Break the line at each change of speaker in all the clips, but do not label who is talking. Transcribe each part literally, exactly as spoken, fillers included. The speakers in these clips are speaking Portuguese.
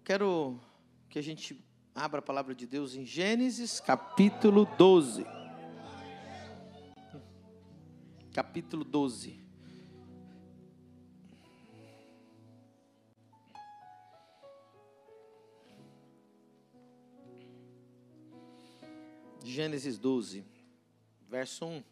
Eu quero que a gente abra a palavra de Deus em Gênesis, capítulo doze. Capítulo doze. Gênesis doze, verso um.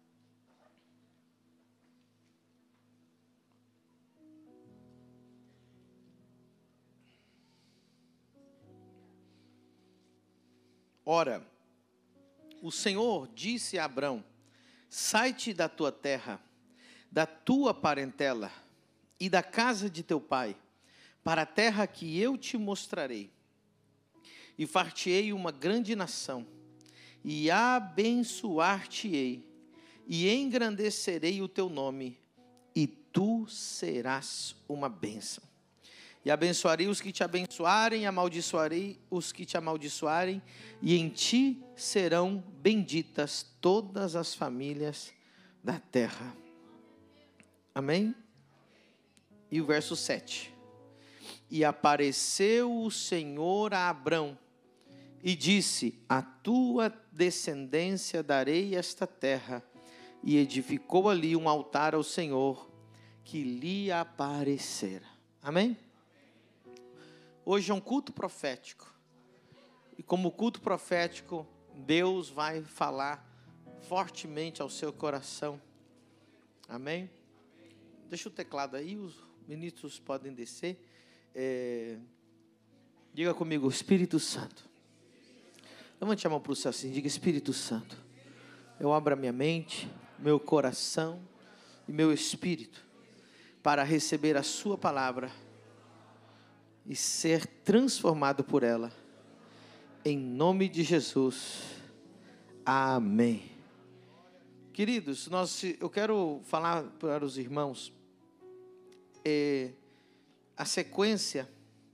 Ora, o Senhor disse a Abrão: sai-te da tua terra, da tua parentela e da casa de teu pai, para a terra que eu te mostrarei. E far-te-ei uma grande nação, e abençoar-te-ei, e engrandecerei o teu nome, e tu serás uma bênção. E abençoarei os que te abençoarem, e amaldiçoarei os que te amaldiçoarem, e em ti serão benditas todas as famílias da terra. Amém? E o verso sete. E apareceu o Senhor a Abrão, e disse: a tua descendência darei esta terra. E edificou ali um altar ao Senhor, que lhe aparecera. Amém? Hoje é um culto profético. E como culto profético, Deus vai falar fortemente ao seu coração. Amém? Deixa o teclado aí, os ministros podem descer. É... Diga comigo: Espírito Santo. Levante a mão para o céu assim, diga: Espírito Santo, eu abro a minha mente, meu coração e meu espírito para receber a sua palavra e ser transformado por ela, em nome de Jesus, amém. Queridos, nós, eu quero falar para os irmãos, é, a sequência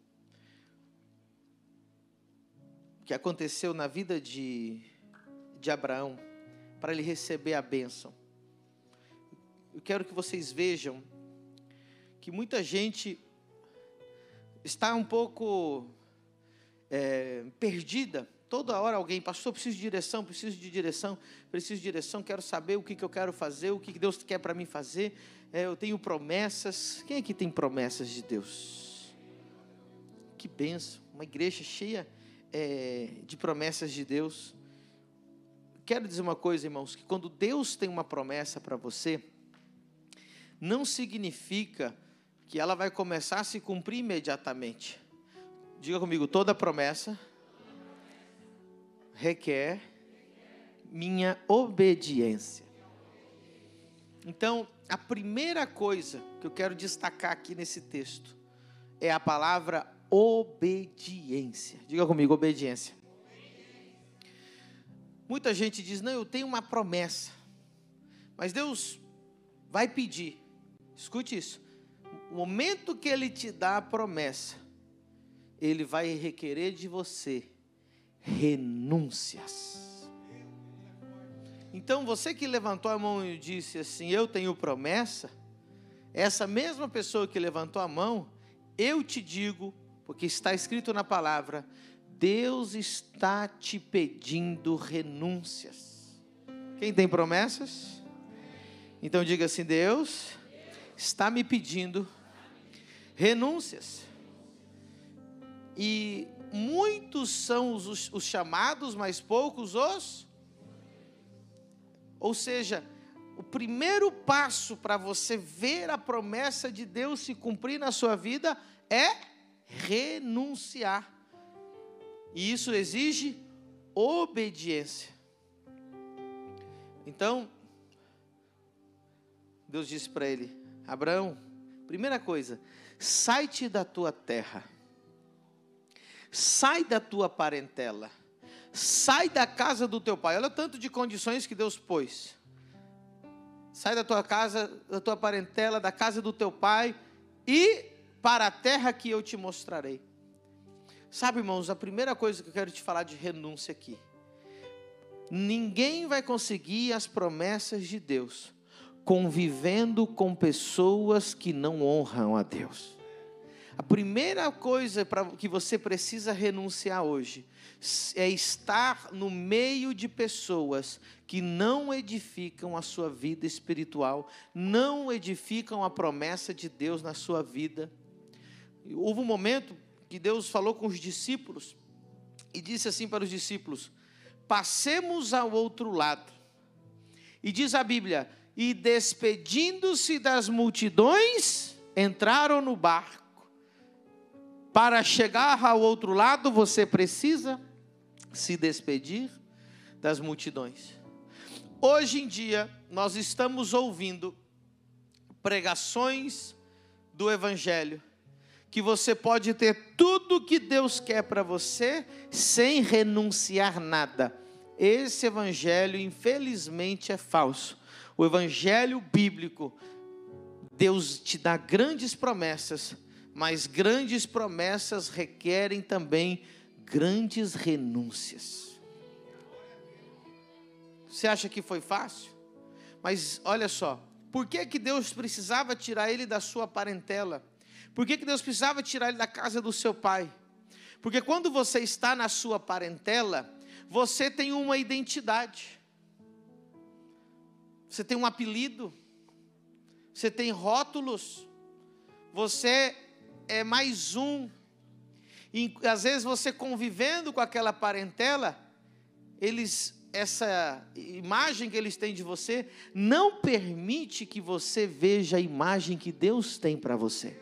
que aconteceu na vida de, de Abraão, para ele receber a bênção. Eu quero que vocês vejam, que muita gente está um pouco é, perdida. Toda hora alguém: pastor, preciso de direção, preciso de direção, preciso de direção, quero saber o que, que eu quero fazer, o que, que Deus quer para mim fazer. É, eu tenho promessas. Quem aqui tem promessas de Deus? Que bênção, uma igreja cheia é, de promessas de Deus. Quero dizer uma coisa, irmãos, que quando Deus tem uma promessa para você, não significa que ela vai começar a se cumprir imediatamente. Diga comigo: toda promessa requer minha obediência. Então, a primeira coisa que eu quero destacar aqui nesse texto é a palavra obediência. Diga comigo: obediência. Muita gente diz: não, eu tenho uma promessa, mas Deus vai pedir. Escute isso. O momento que Ele te dá a promessa, Ele vai requerer de você renúncias. Então, você que levantou a mão e disse assim: eu tenho promessa, essa mesma pessoa que levantou a mão, eu te digo, porque está escrito na palavra, Deus está te pedindo renúncias. Quem tem promessas? Então diga assim: Deus está me pedindo renúncias. E muitos são os, os chamados, mas poucos os. Ou seja, o primeiro passo para você ver a promessa de Deus se cumprir na sua vida é renunciar. E isso exige obediência. Então, Deus disse para ele: Abraão, primeira coisa, sai-te da tua terra, sai da tua parentela, sai da casa do teu pai. Olha o tanto de condições que Deus pôs. Sai da tua casa, da tua parentela, da casa do teu pai e para a terra que eu te mostrarei. Sabe, irmãos, a primeira coisa que eu quero te falar de renúncia aqui: ninguém vai conseguir as promessas de Deus convivendo com pessoas que não honram a Deus. A primeira coisa pra, que você precisa renunciar hoje é estar no meio de pessoas que não edificam a sua vida espiritual, não edificam a promessa de Deus na sua vida. Houve um momento que Deus falou com os discípulos e disse assim para os discípulos: passemos ao outro lado. E diz a Bíblia: e despedindo-se das multidões, entraram no barco. Para chegar ao outro lado, você precisa se despedir das multidões. Hoje em dia, nós estamos ouvindo pregações do Evangelho, que você pode ter tudo que Deus quer para você, sem renunciar nada. Esse Evangelho, infelizmente, é falso. O Evangelho bíblico, Deus te dá grandes promessas, mas grandes promessas requerem também grandes renúncias. Você acha que foi fácil? Mas olha só, por que que Deus precisava tirar ele da sua parentela? Por que que Deus precisava tirar ele da casa do seu pai? Porque quando você está na sua parentela, você tem uma identidade. Você tem um apelido. Você tem rótulos. Você é mais um. E às vezes você convivendo com aquela parentela, eles, essa imagem que eles têm de você, não permite que você veja a imagem que Deus tem para você.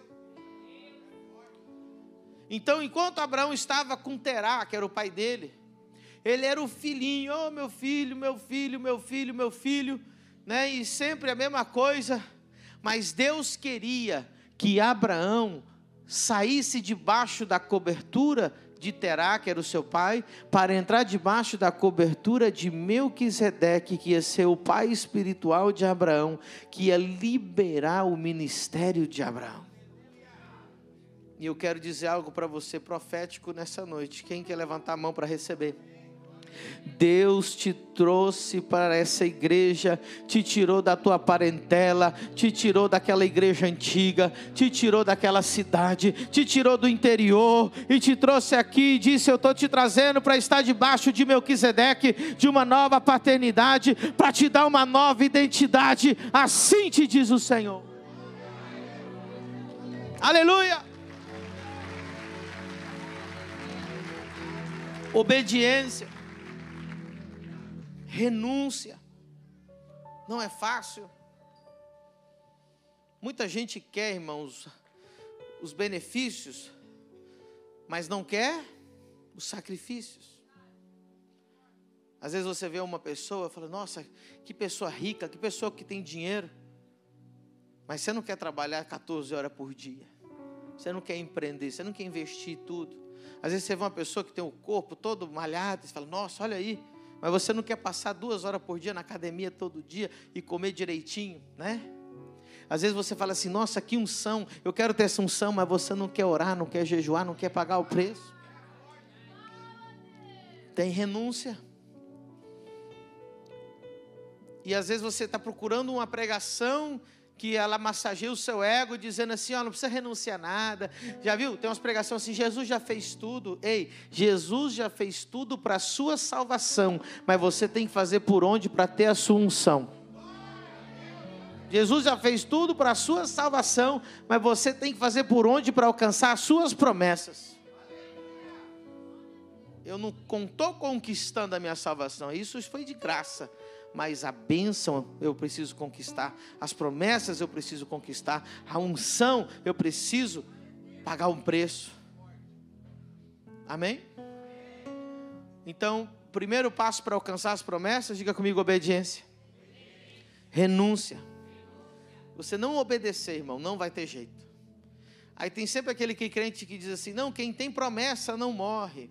Então, enquanto Abraão estava com Terá, que era o pai dele, ele era o filhinho, oh meu filho, meu filho, meu filho, meu filho, né? E sempre a mesma coisa, mas Deus queria que Abraão saísse debaixo da cobertura de Terá, que era o seu pai, para entrar debaixo da cobertura de Melquisedeque, que ia ser o pai espiritual de Abraão, que ia liberar o ministério de Abraão. E eu quero dizer algo para você profético nessa noite. Quem quer levantar a mão para receber? Deus te trouxe para essa igreja, te tirou da tua parentela, te tirou daquela igreja antiga, te tirou daquela cidade, te tirou do interior e te trouxe aqui e disse: eu estou te trazendo para estar debaixo de Melquisedeque, de uma nova paternidade, para te dar uma nova identidade. Assim te diz o Senhor. Aleluia. Obediência, renúncia, não é fácil. Muita gente quer, irmãos, os benefícios, mas não quer os sacrifícios. Às vezes você vê uma pessoa e fala: nossa, que pessoa rica, que pessoa que tem dinheiro, mas você não quer trabalhar quatorze horas por dia, você não quer empreender, você não quer investir tudo. Às vezes você vê uma pessoa que tem o corpo todo malhado, você fala: nossa, olha aí, mas você não quer passar duas horas por dia na academia todo dia e comer direitinho, né? Às vezes você fala assim: nossa, que unção, eu quero ter essa unção, mas você não quer orar, não quer jejuar, não quer pagar o preço. Tem renúncia. E às vezes você está procurando uma pregação que ela massageia o seu ego, dizendo assim: ó, não precisa renunciar a nada. Já viu? Tem umas pregações assim: Jesus já fez tudo. Ei, Jesus já fez tudo para a sua salvação, mas você tem que fazer por onde para ter a sua unção. Jesus já fez tudo para a sua salvação, mas você tem que fazer por onde para alcançar as suas promessas. Eu não estou conquistando a minha salvação, isso foi de graça. Mas a bênção eu preciso conquistar, as promessas eu preciso conquistar, a unção eu preciso pagar um preço. Amém? Então, primeiro passo para alcançar as promessas, diga comigo: obediência. Renúncia. Você não obedecer, irmão, não vai ter jeito. Aí tem sempre aquele que crente que diz assim: não, quem tem promessa não morre.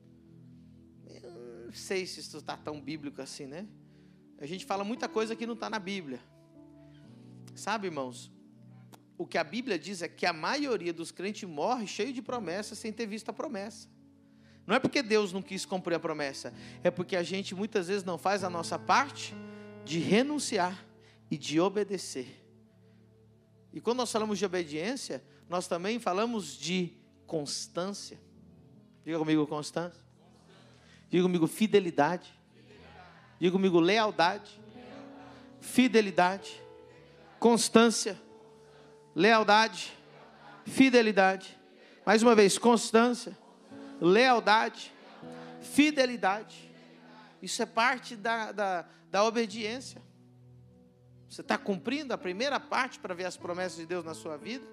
Eu não sei se isso está tão bíblico assim, né? A gente fala muita coisa que não está na Bíblia. Sabe, irmãos, o que a Bíblia diz é que a maioria dos crentes morre cheio de promessas sem ter visto a promessa. Não é porque Deus não quis cumprir a promessa, é porque a gente muitas vezes não faz a nossa parte de renunciar e de obedecer. E quando nós falamos de obediência, nós também falamos de constância. Diga comigo constância. Diga comigo fidelidade. Diga comigo lealdade. Fidelidade. Constância. Lealdade. Fidelidade. Mais uma vez, constância. Lealdade. Fidelidade. Isso é parte da, da, da obediência. Você está cumprindo a primeira parte para ver as promessas de Deus na sua vida?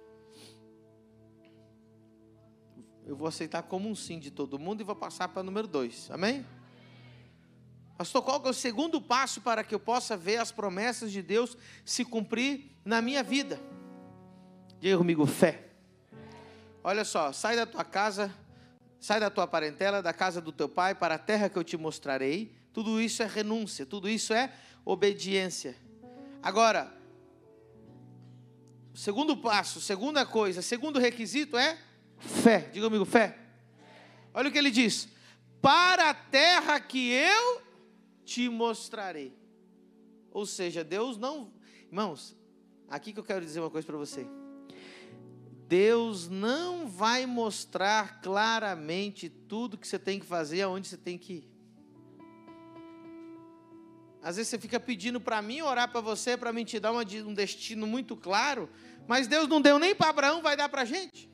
Eu vou aceitar como um sim de todo mundo e vou passar para o número dois. Amém? Pastor, qual que é o segundo passo para que eu possa ver as promessas de Deus se cumprir na minha vida? Diga comigo, fé. Olha só, sai da tua casa, sai da tua parentela, da casa do teu pai, para a terra que eu te mostrarei. Tudo isso é renúncia, tudo isso é obediência. Agora, segundo passo, segunda coisa, segundo requisito é fé. Diga comigo, fé. Olha o que ele diz: para a terra que eu te mostrarei. Ou seja, Deus não... Irmãos, aqui que eu quero dizer uma coisa para você. Deus não vai mostrar claramente tudo que você tem que fazer, aonde você tem que ir. Às vezes você fica pedindo para mim orar para você, para mim te dar uma, um destino muito claro, mas Deus não deu nem para Abraão, vai dar para a gente?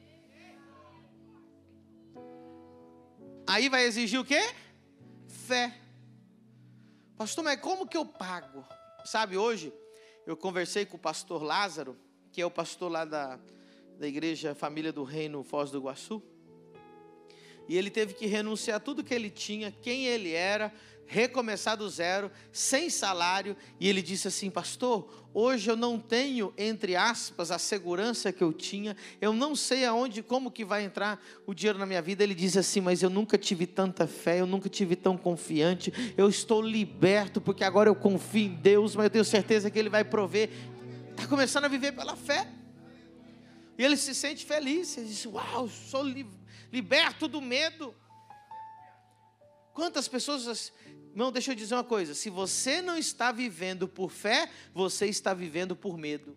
Aí vai exigir o quê? Fé. Pastor, mas como que eu pago? Sabe, hoje eu conversei com o pastor Lázaro, que é o pastor lá da, da igreja Família do Reino Foz do Iguaçu. E ele teve que renunciar a tudo que ele tinha, quem ele era, recomeçar do zero, sem salário. E ele disse assim: pastor, hoje eu não tenho, entre aspas, a segurança que eu tinha. Eu não sei aonde, como que vai entrar o dinheiro na minha vida. Ele disse assim: mas eu nunca tive tanta fé, eu nunca tive tão confiante. Eu estou liberto, porque agora eu confio em Deus, mas eu tenho certeza que Ele vai prover. Está começando a viver pela fé. E ele se sente feliz. Ele disse: uau, sou liberto do medo. Quantas pessoas... Irmão, deixa eu dizer uma coisa: se você não está vivendo por fé, você está vivendo por medo.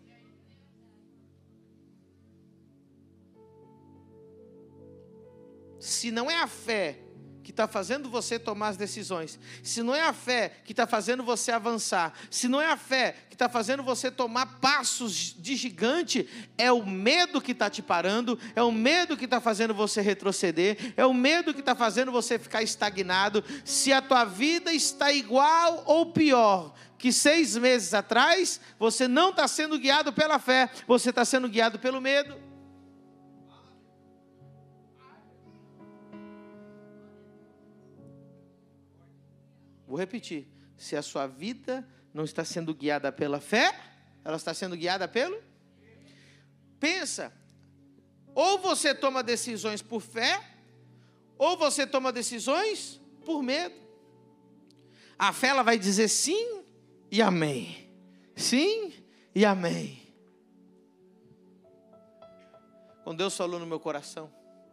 Se não é a fé que está fazendo você tomar as decisões, se não é a fé que está fazendo você avançar, se não é a fé que está fazendo você tomar passos de gigante, é o medo que está te parando, é o medo que está fazendo você retroceder, é o medo que está fazendo você ficar estagnado. Se a tua vida está igual ou pior que seis meses atrás, você não está sendo guiado pela fé, você está sendo guiado pelo medo. Vou repetir: se a sua vida não está sendo guiada pela fé, ela está sendo guiada pelo... Pensa, ou você toma decisões por fé, ou você toma decisões por medo. A fé, ela vai dizer sim e amém, sim e amém. Quando Deus falou no meu coração,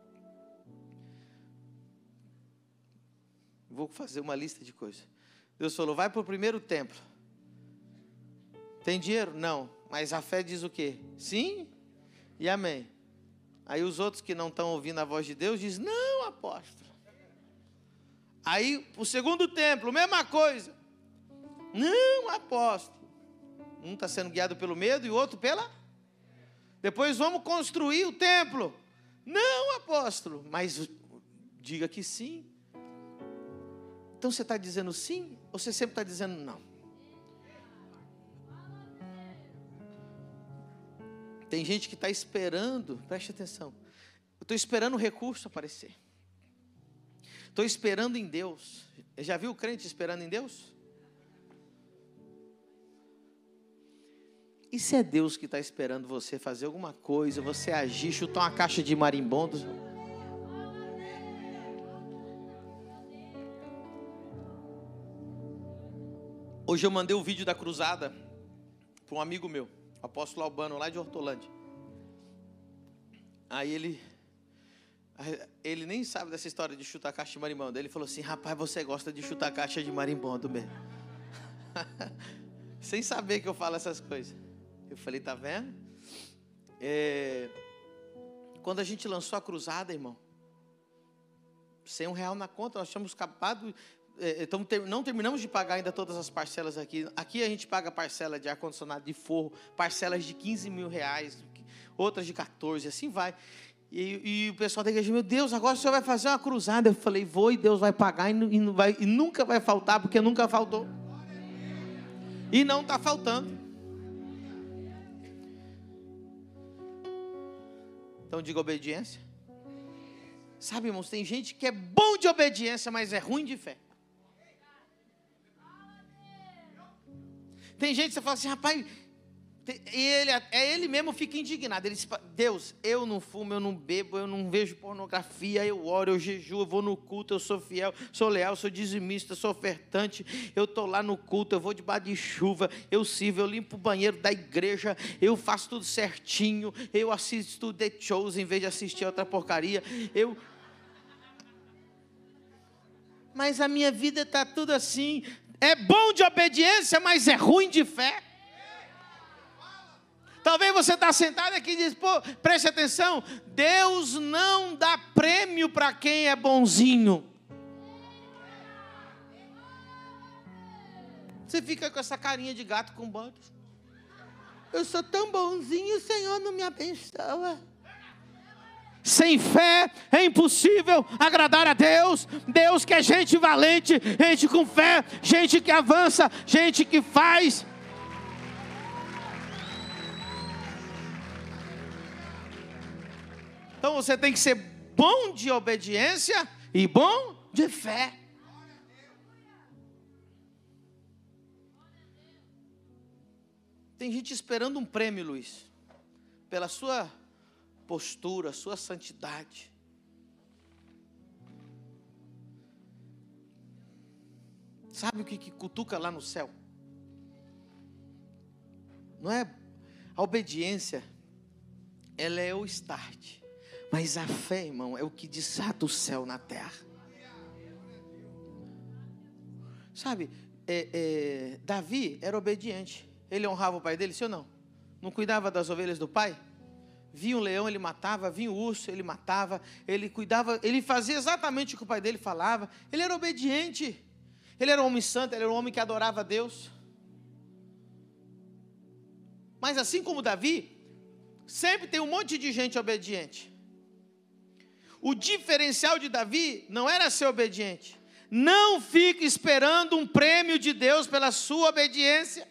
vou fazer uma lista de coisas. Deus falou: vai para o primeiro templo. Tem dinheiro? Não. Mas a fé diz o quê? Sim e amém. Aí os outros que não estão ouvindo a voz de Deus dizem: não, apóstolo. Aí o segundo templo, mesma coisa. Não, apóstolo. Um está sendo guiado pelo medo e o outro pela... Depois vamos construir o templo. Não, apóstolo. Mas diga que sim. Então você está dizendo sim, ou você sempre está dizendo não? Tem gente que está esperando, preste atenção, eu estou esperando o recurso aparecer. Estou esperando em Deus. Já viu o crente esperando em Deus? E se é Deus que está esperando você fazer alguma coisa, você agir, chutar uma caixa de marimbondo? Hoje eu mandei o vídeo da cruzada para um amigo meu, o apóstolo Albano, lá de Hortolândia. Aí ele, ele nem sabe dessa história de chutar caixa de marimbondo. Ele falou assim: rapaz, você gosta de chutar caixa de marimbondo mesmo. Sem saber que eu falo essas coisas. Eu falei: tá vendo? É, quando a gente lançou a cruzada, irmão, sem um real na conta, nós tínhamos acabado, é, então, ter, não terminamos de pagar ainda todas as parcelas aqui. Aqui a gente paga parcela de ar-condicionado, de forro, parcelas de quinze mil reais, outras de quatorze, assim vai. E, e o pessoal da igreja, meu Deus, agora o senhor vai fazer uma cruzada. Eu falei, vou, e Deus vai pagar, e, e, não vai, e nunca vai faltar, porque nunca faltou. E não está faltando. Então diga obediência. Sabe, irmãos, tem gente que é bom de obediência, mas é ruim de fé. Tem gente que você fala assim, rapaz, e ele, é ele mesmo fica indignado. Ele diz, Deus, eu não fumo, eu não bebo, eu não vejo pornografia, eu oro, eu jejuo, eu vou no culto, eu sou fiel, sou leal, sou dizimista, sou ofertante, eu estou lá no culto, eu vou debaixo de chuva, eu sirvo, eu limpo o banheiro da igreja, eu faço tudo certinho, eu assisto The Chosen em vez de assistir outra porcaria, eu... Mas a minha vida está tudo assim, é bom de obediência, mas é ruim de fé. Talvez você está sentado aqui e diz, pô, preste atenção, Deus não dá prêmio para quem é bonzinho. Você fica com essa carinha de gato com botas. Eu sou tão bonzinho, o Senhor não me abençoa. Sem fé é impossível agradar a Deus. Deus quer gente valente, gente com fé, gente que avança, gente que faz. Então você tem que ser bom de obediência e bom de fé. Tem gente esperando um prêmio, Luiz, pela sua postura, sua santidade. Sabe o que, que cutuca lá no céu? Não é a obediência, ela é o start, mas a fé, irmão, é o que desata o céu na terra. Sabe, é, é, Davi era obediente. Ele honrava o pai dele, sim ou não? Não cuidava das ovelhas do pai? Via um leão, ele matava, via um urso, ele matava, ele cuidava, ele fazia exatamente o que o pai dele falava. Ele era obediente. Ele era um homem santo, ele era um homem que adorava a Deus. Mas assim como Davi, sempre tem um monte de gente obediente. O diferencial de Davi não era ser obediente. Não fique esperando um prêmio de Deus pela sua obediência.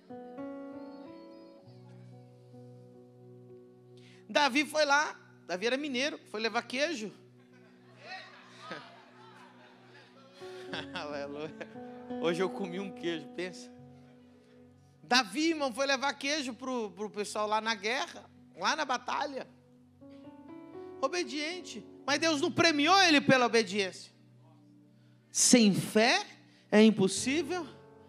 Davi foi lá, Davi era mineiro, foi levar queijo. Aleluia. Hoje eu comi um queijo, pensa. Davi, irmão, foi levar queijo para o pessoal lá na guerra, lá na batalha. Obediente. Mas Deus não premiou ele pela obediência. Sem fé é impossível.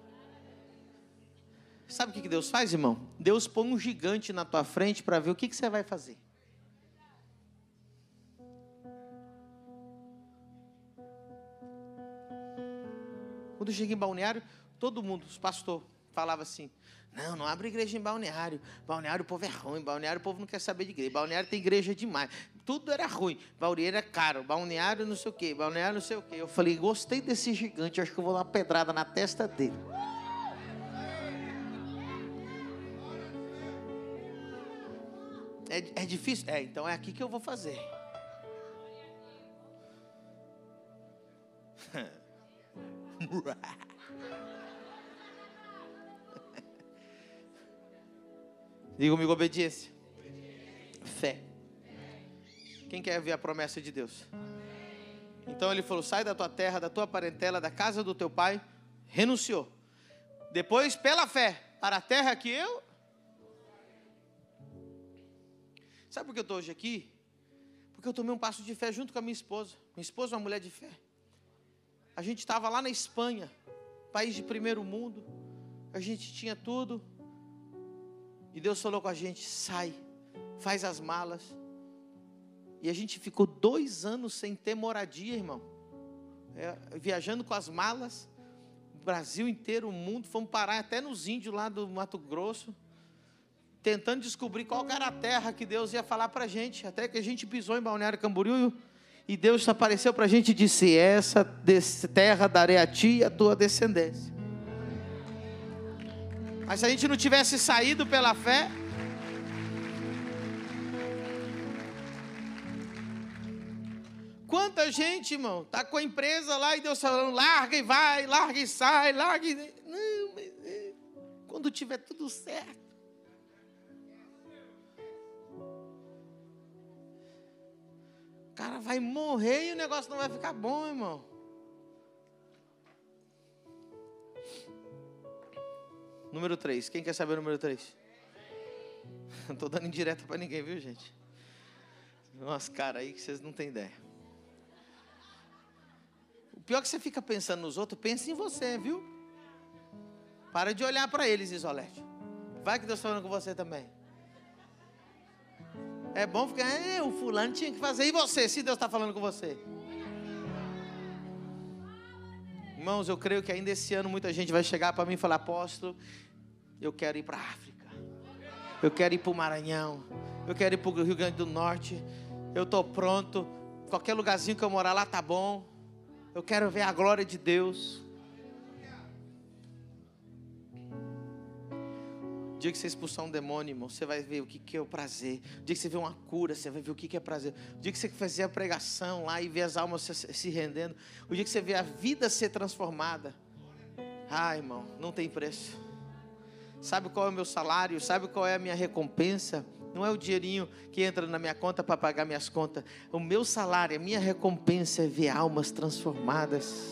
Sabe o que Deus faz, irmão? Deus põe um gigante na tua frente para ver o que, que você vai fazer. Quando eu cheguei em Balneário, todo mundo, os pastores, falavam assim, não, não abre igreja em Balneário. Balneário o povo é ruim, Balneário o povo não quer saber de igreja. Balneário tem igreja demais. Tudo era ruim. Balneário é caro, Balneário não sei o quê, Balneário não sei o quê. Eu falei, gostei desse gigante, acho que eu vou dar uma pedrada na testa dele. É, é difícil? É, então é aqui que eu vou fazer. Diga comigo, obediência. Fé. Quem quer ver a promessa de Deus? Então ele falou, sai da tua terra, da tua parentela, da casa do teu pai. Renunciou. Depois, pela fé, para a terra que eu... Sabe por que eu estou hoje aqui? Porque eu tomei um passo de fé junto com a minha esposa. Minha esposa é uma mulher de fé. A gente estava lá na Espanha, país de primeiro mundo. A gente tinha tudo. E Deus falou com a gente, sai, faz as malas. E a gente ficou dois anos sem ter moradia, irmão. É, viajando com as malas, o Brasil inteiro, o mundo. Fomos parar até nos índios lá do Mato Grosso. tentando descobrir qual era a terra que Deus ia falar para a gente, até que a gente pisou em Balneário Camboriú, e Deus apareceu para a gente e disse: essa terra darei a ti e a tua descendência. Mas se a gente não tivesse saído pela fé, quanta gente, irmão, está com a empresa lá e Deus falando: larga e vai, larga e sai, larga e... Não, mas quando tiver tudo certo. O cara vai morrer e o negócio não vai ficar bom, irmão. Número três. Quem quer saber o número três? Não estou dando indireta para ninguém, viu, gente? Umas caras aí que vocês não têm ideia. O pior é que você fica pensando nos outros, pensa em você, viu? Para de olhar para eles, Isolete. Vai que Deus está falando com você também. É bom ficar, é, o fulano tinha que fazer. E você, se Deus está falando com você? Irmãos, eu creio que ainda esse ano muita gente vai chegar para mim e falar: apóstolo, eu quero ir para a África. Eu quero ir para o Maranhão. Eu quero ir para o Rio Grande do Norte. Eu estou pronto. Qualquer lugarzinho que eu morar lá tá bom. Eu quero ver a glória de Deus. O dia que você expulsar um demônio, irmão, você vai ver o que é o prazer. O dia que você vê uma cura, você vai ver o que é prazer. O dia que você fazer a pregação lá e ver as almas se rendendo. O dia que você vê a vida ser transformada. Ah, irmão, não tem preço. Sabe qual é o meu salário? Sabe qual é a minha recompensa? Não é o dinheirinho que entra na minha conta para pagar minhas contas. O meu salário, a minha recompensa é ver almas transformadas.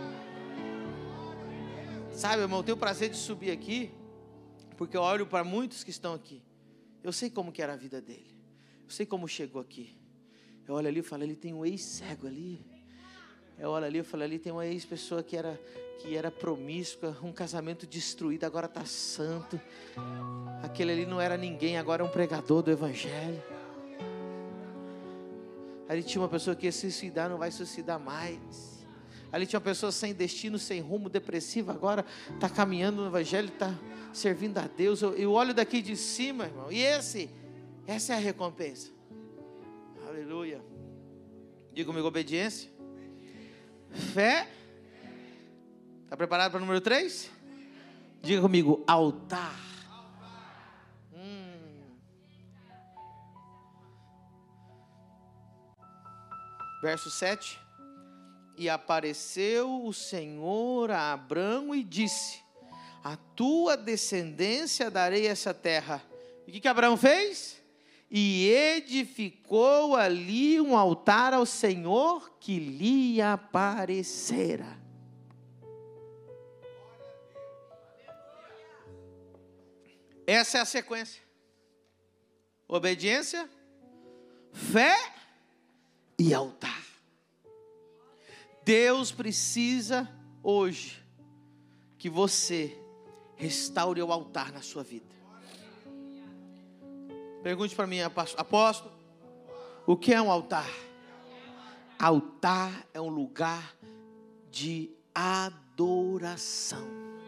Sabe, irmão, eu tenho o prazer de subir aqui, porque eu olho para muitos que estão aqui. Eu sei como que era a vida dele. Eu sei como chegou aqui. Eu olho ali e falo: ele tem um ex-cego ali. Eu olho ali e falo: ali tem uma ex-pessoa que era, que era promíscua, um casamento destruído, agora está santo. Aquele ali não era ninguém, agora é um pregador do evangelho. Ali tinha uma pessoa que ia se suicidar, não vai se suicidar mais. Ali tinha uma pessoa sem destino, sem rumo, depressiva, agora está caminhando no evangelho, está servindo a Deus. Eu, eu olho daqui de cima, irmão, e esse, essa é a recompensa. Aleluia. Diga comigo: obediência, fé. Está preparado para o número três? Diga comigo: altar. Hum. Verso sete. E apareceu o Senhor a Abrão e disse: a tua descendência darei essa terra. E o que, que Abraão fez? E edificou ali um altar ao Senhor que lhe aparecera. Essa é a sequência: obediência, fé e altar. Deus precisa hoje que você restaure o altar na sua vida. Pergunte para mim, apóstolo, o que é um altar? Altar é um lugar de adoração.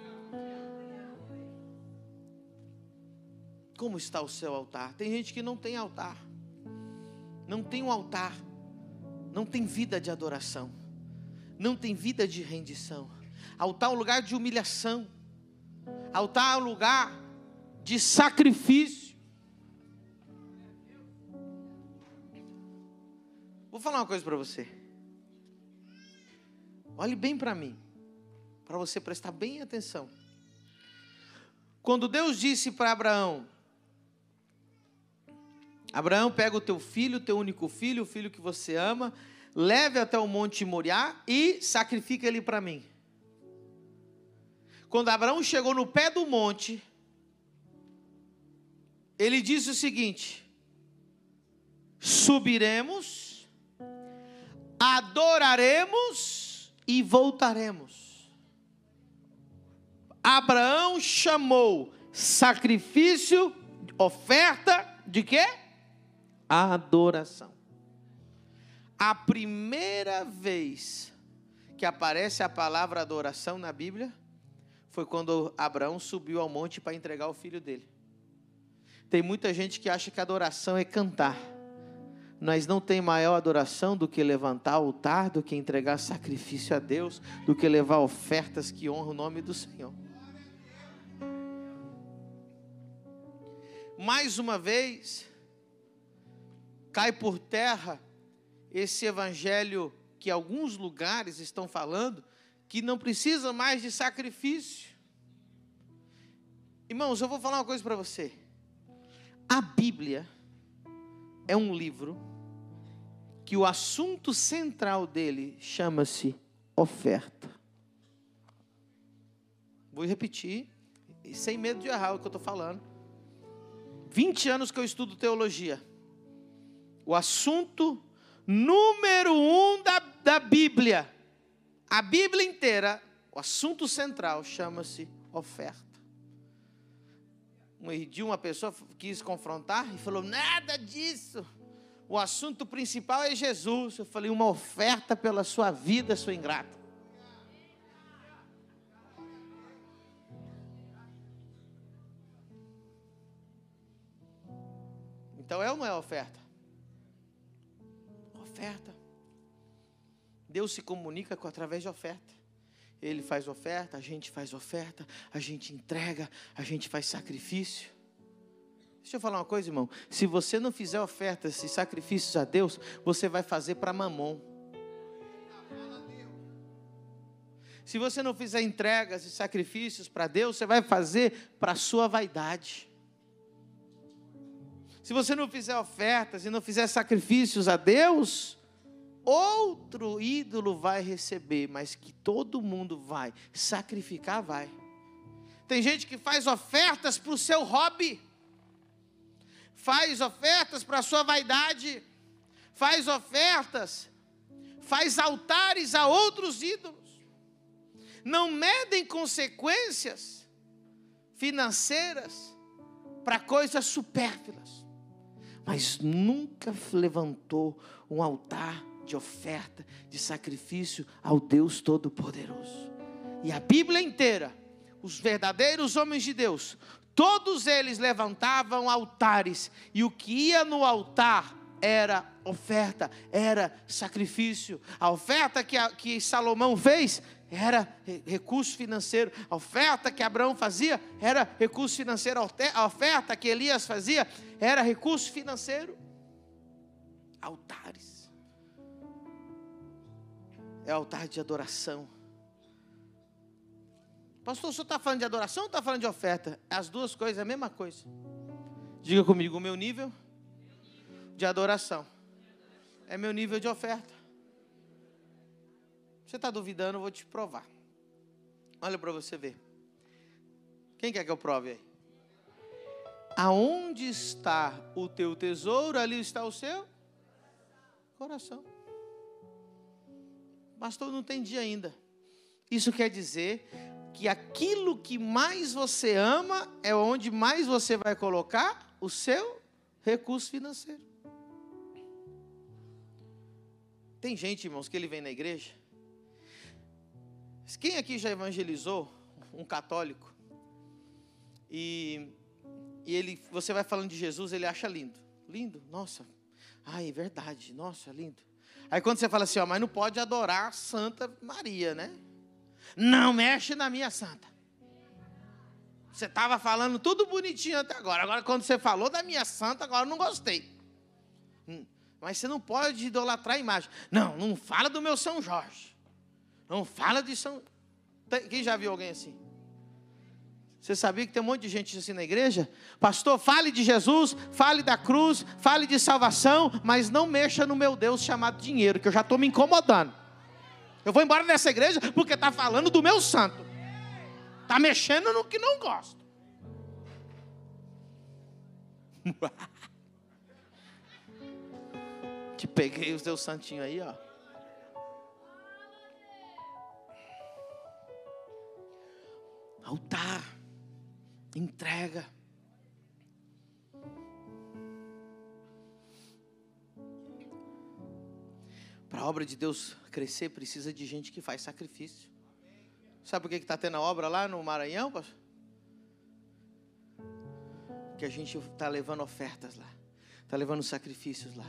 Como está o seu altar? Tem gente que não tem altar. Não tem um altar. Não tem vida de adoração. Não tem vida de rendição. Altar é um lugar de humilhação. Altar é um lugar de sacrifício. Vou falar uma coisa para você. Olhe bem para mim, para você prestar bem atenção. Quando Deus disse para Abraão: Abraão, pega o teu filho, o teu único filho, o filho que você ama, leve até o monte Moriá e sacrifica ele para mim. Quando Abraão chegou no pé do monte, ele disse o seguinte: subiremos, adoraremos e voltaremos. Abraão chamou sacrifício, oferta de quê? Adoração. A primeira vez que aparece a palavra adoração na Bíblia foi quando Abraão subiu ao monte para entregar o filho dele. Tem muita gente que acha que adoração é cantar. Mas não tem maior adoração do que levantar altar, do que entregar sacrifício a Deus, do que levar ofertas que honram o nome do Senhor. Mais uma vez, cai por terra esse evangelho que alguns lugares estão falando, que não precisa mais de sacrifício. Irmãos, eu vou falar uma coisa para você. A Bíblia é um livro que o assunto central dele chama-se oferta. Vou repetir, sem medo de errar o que eu estou falando. vinte anos que eu estudo teologia. O assunto número um da, da Bíblia, a Bíblia inteira, o assunto central chama-se oferta. Um dia uma pessoa quis confrontar e falou, nada disso. O assunto principal é Jesus. Eu falei, uma oferta pela sua vida, sua ingrata. Então é ou não é oferta? Oferta. Deus se comunica com, através de oferta. Ele faz oferta, a gente faz oferta, a gente entrega, a gente faz sacrifício. Deixa eu falar uma coisa, irmão. Se você não fizer ofertas e sacrifícios a Deus, você vai fazer para mamon. Se você não fizer entregas e sacrifícios para Deus, você vai fazer para a sua vaidade. Se você não fizer ofertas e não fizer sacrifícios a Deus, outro ídolo vai receber, mas que todo mundo vai sacrificar, vai. Tem gente que faz ofertas para o seu hobby, faz ofertas para a sua vaidade, faz ofertas, faz altares a outros ídolos, não medem consequências financeiras para coisas supérfluas, mas nunca levantou um altar de oferta, de sacrifício ao Deus Todo-Poderoso. E a Bíblia inteira, os verdadeiros homens de Deus, todos eles levantavam altares, e o que ia no altar era oferta, era sacrifício. A oferta que, a, que Salomão fez era recurso financeiro. A oferta que Abraão fazia era recurso financeiro. A oferta que Elias fazia era recurso financeiro. Altares. É altar de adoração. Pastor, o senhor está falando de adoração ou está falando de oferta? As duas coisas é a mesma coisa. Diga comigo, o meu nível de adoração é meu nível de oferta. Você está duvidando, eu vou te provar. Olha para você ver. Quem quer que eu prove aí? Aonde está o teu tesouro, ali está o seu coração. Pastor, não entendi ainda. Isso quer dizer que aquilo que mais você ama é onde mais você vai colocar o seu recurso financeiro. Tem gente, irmãos, que ele vem na igreja. Quem aqui já evangelizou um católico? E, e ele, você vai falando de Jesus, ele acha lindo. Lindo? Nossa. Ai, é verdade. Nossa, lindo. Aí quando você fala assim, ó, mas não pode adorar a Santa Maria, né? Não mexe na minha santa. Você estava falando tudo bonitinho até agora. Agora quando você falou da minha santa, agora eu não gostei. Hum, mas você não pode idolatrar a imagem. Não, não fala do meu São Jorge. Não fala de São... Quem já viu alguém assim? Você sabia que tem um monte de gente assim na igreja? Pastor, fale de Jesus, fale da cruz, fale de salvação, mas não mexa no meu Deus chamado dinheiro, que eu já estou me incomodando. Eu vou embora dessa igreja porque está falando do meu santo. Está mexendo no que não gosto. Te peguei o teu santinho aí, ó. Altar, entrega. Para a obra de Deus crescer, precisa de gente que faz sacrifício. Sabe por que está tendo a obra lá no Maranhão, pastor? que a gente está levando ofertas lá, está levando sacrifícios lá.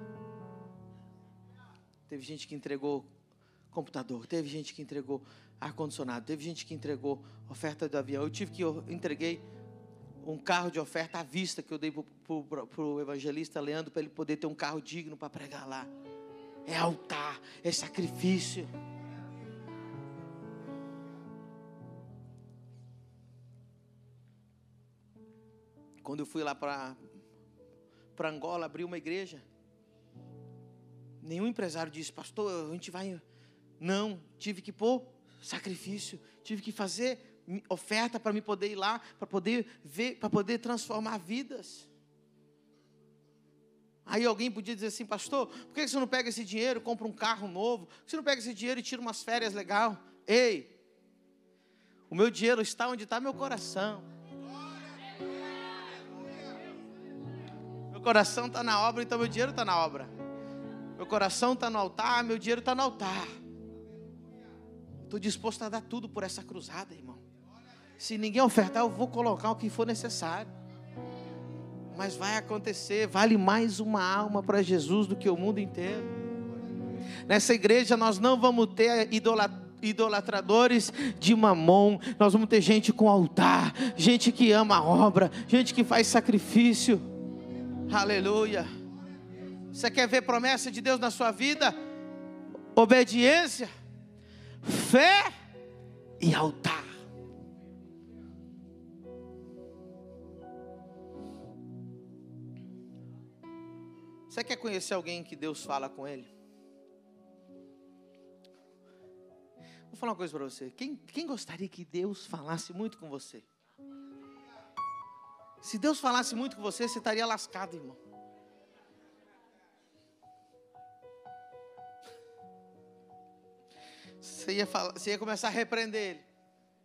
Teve gente que entregou computador, teve gente que entregou ar-condicionado, teve gente que entregou oferta do avião. Eu tive que, eu entreguei um carro de oferta à vista que eu dei para o evangelista Leandro, para ele poder ter um carro digno para pregar lá. É altar, é sacrifício. Quando eu fui lá para para Angola abrir uma igreja, nenhum empresário disse: pastor, a gente vai. Não, tive que pôr sacrifício, tive que fazer oferta para me poder ir lá, para poder ver, para poder transformar vidas. Aí alguém podia dizer assim: pastor, por que você não pega esse dinheiro e compra um carro novo? Por que você não pega esse dinheiro e tira umas férias legal? Ei, o meu dinheiro está onde está meu coração. Meu coração está na obra, então meu dinheiro está na obra. Meu coração está no altar, meu dinheiro está no altar. Estou disposto a dar tudo por essa cruzada, irmão. Se ninguém ofertar, eu vou colocar o que for necessário. Mas vai acontecer. Vale mais uma alma para Jesus do que o mundo inteiro. Nessa igreja nós não vamos ter idolatradores de mamon. Nós vamos ter gente com altar, gente que ama a obra, gente que faz sacrifício. Aleluia. Você quer ver promessa de Deus na sua vida? Obediência, fé e altar. Você quer conhecer alguém que Deus fala com ele? Vou falar uma coisa para você. Quem, quem gostaria que Deus falasse muito com você? Se Deus falasse muito com você, você estaria lascado, irmão. Você ia, falar, você ia começar a repreender ele.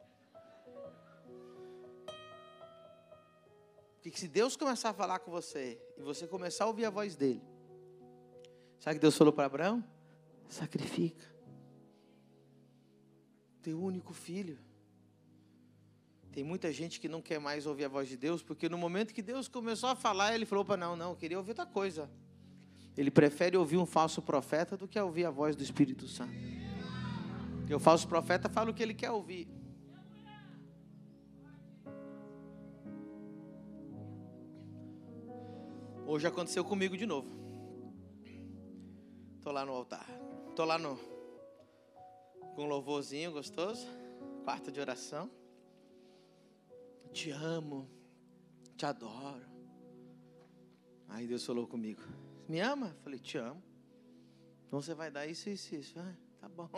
Porque se Deus começar a falar com você e você começar a ouvir a voz dele, sabe o que Deus falou para Abraão? Sacrifica teu único filho. Tem muita gente que não quer mais ouvir a voz de Deus, porque no momento que Deus começou a falar, ele falou para não, não, eu queria ouvir outra coisa. Ele prefere ouvir um falso profeta do que ouvir a voz do Espírito Santo. Porque o falso profeta fala o que ele quer ouvir. Hoje aconteceu comigo de novo. Estou lá no altar. Estou lá no, com um louvorzinho gostoso. Quarto de oração. Te amo. Te adoro. Aí Deus falou comigo. Me ama? Eu falei, te amo. Então você vai dar isso, isso, isso. Ah, tá bom.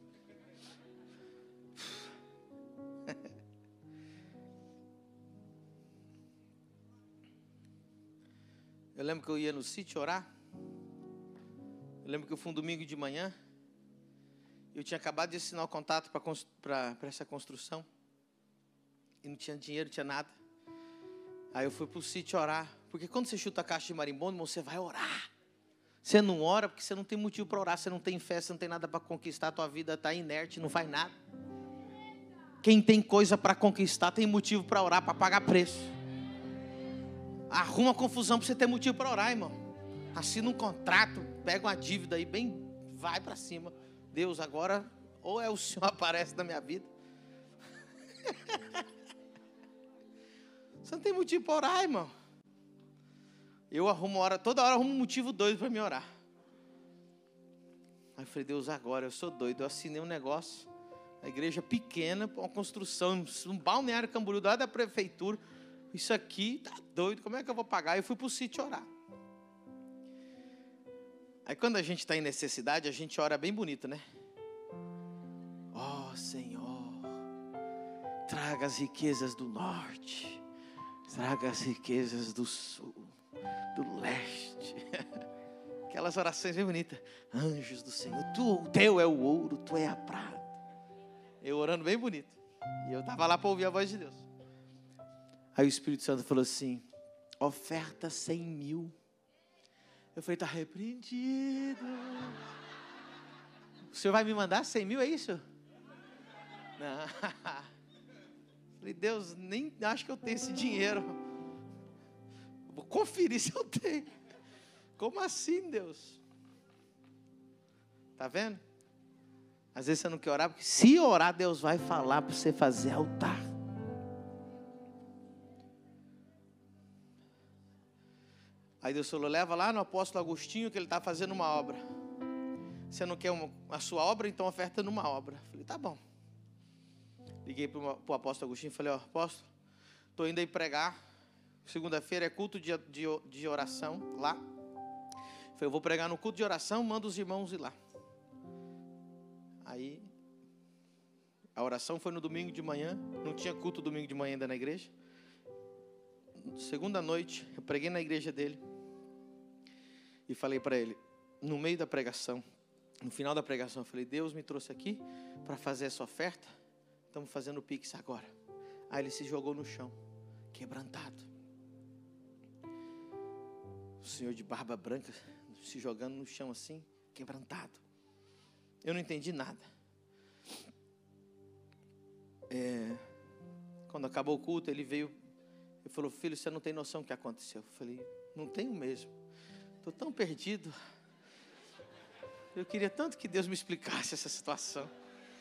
Eu lembro que eu ia no sítio orar. Eu lembro que eu fui um domingo de manhã. Eu tinha acabado de assinar o contato para essa construção. E não tinha dinheiro, não tinha nada. Aí eu fui para o sítio orar. Porque quando você chuta a caixa de marimbondo, irmão, você vai orar. Você não ora porque você não tem motivo para orar. Você não tem fé, você não tem nada para conquistar. A tua vida está inerte, não faz nada. Quem tem coisa para conquistar tem motivo para orar, para pagar preço. Arruma confusão para você ter motivo para orar, irmão. Assina um contrato, pega uma dívida aí, bem, vai para cima. Deus, agora, ou é o Senhor aparece na minha vida. Você não tem motivo para orar, irmão. Eu arrumo hora, toda hora arrumo um motivo doido para me orar. Aí eu falei, Deus, agora eu sou doido. Eu assinei um negócio, uma igreja pequena, uma construção, um balneário Camboriú, da prefeitura. Isso aqui tá doido, como é que eu vou pagar? Eu fui para o sítio orar. Aí quando a gente está em necessidade, a gente ora bem bonito, né? Ó, Senhor, traga as riquezas do norte, traga as riquezas do sul, do leste. Aquelas orações bem bonitas. Anjos do Senhor, tu, o teu é o ouro, tu é a prata. Eu orando bem bonito. E eu estava lá para ouvir a voz de Deus. Aí o Espírito Santo falou assim, oferta cem mil. Eu falei, está repreendido. O Senhor vai me mandar cem mil, é isso? Não. Eu falei, Deus, nem acho que eu tenho esse dinheiro. conferir se eu tenho. Como assim, Deus? Está vendo? Às vezes você não quer orar, porque se orar, Deus vai falar para você fazer altar. Aí Deus falou, leva lá no apóstolo Agostinho, que ele está fazendo uma obra. Você não quer uma, a sua obra, então oferta numa obra. Falei, tá bom. Liguei para o apóstolo Agostinho e falei, ó, apóstolo, estou indo aí pregar. Segunda-feira é culto de, de, de oração lá. Falei, eu vou pregar no culto de oração, manda os irmãos ir lá. Aí, a oração foi no domingo de manhã. Não tinha culto domingo de manhã ainda na igreja. Segunda noite, eu preguei na igreja dele. E falei para ele, no meio da pregação, no final da pregação, eu falei, Deus me trouxe aqui para fazer essa oferta. Estamos fazendo o Pix agora. Aí ele se jogou no chão, quebrantado. O senhor de barba branca se jogando no chão assim, quebrantado. Eu não entendi nada. É, quando acabou o culto, ele veio e falou, filho, você não tem noção do que aconteceu. Eu falei, não tenho mesmo. Estou tão perdido. Eu queria tanto que Deus me explicasse essa situação.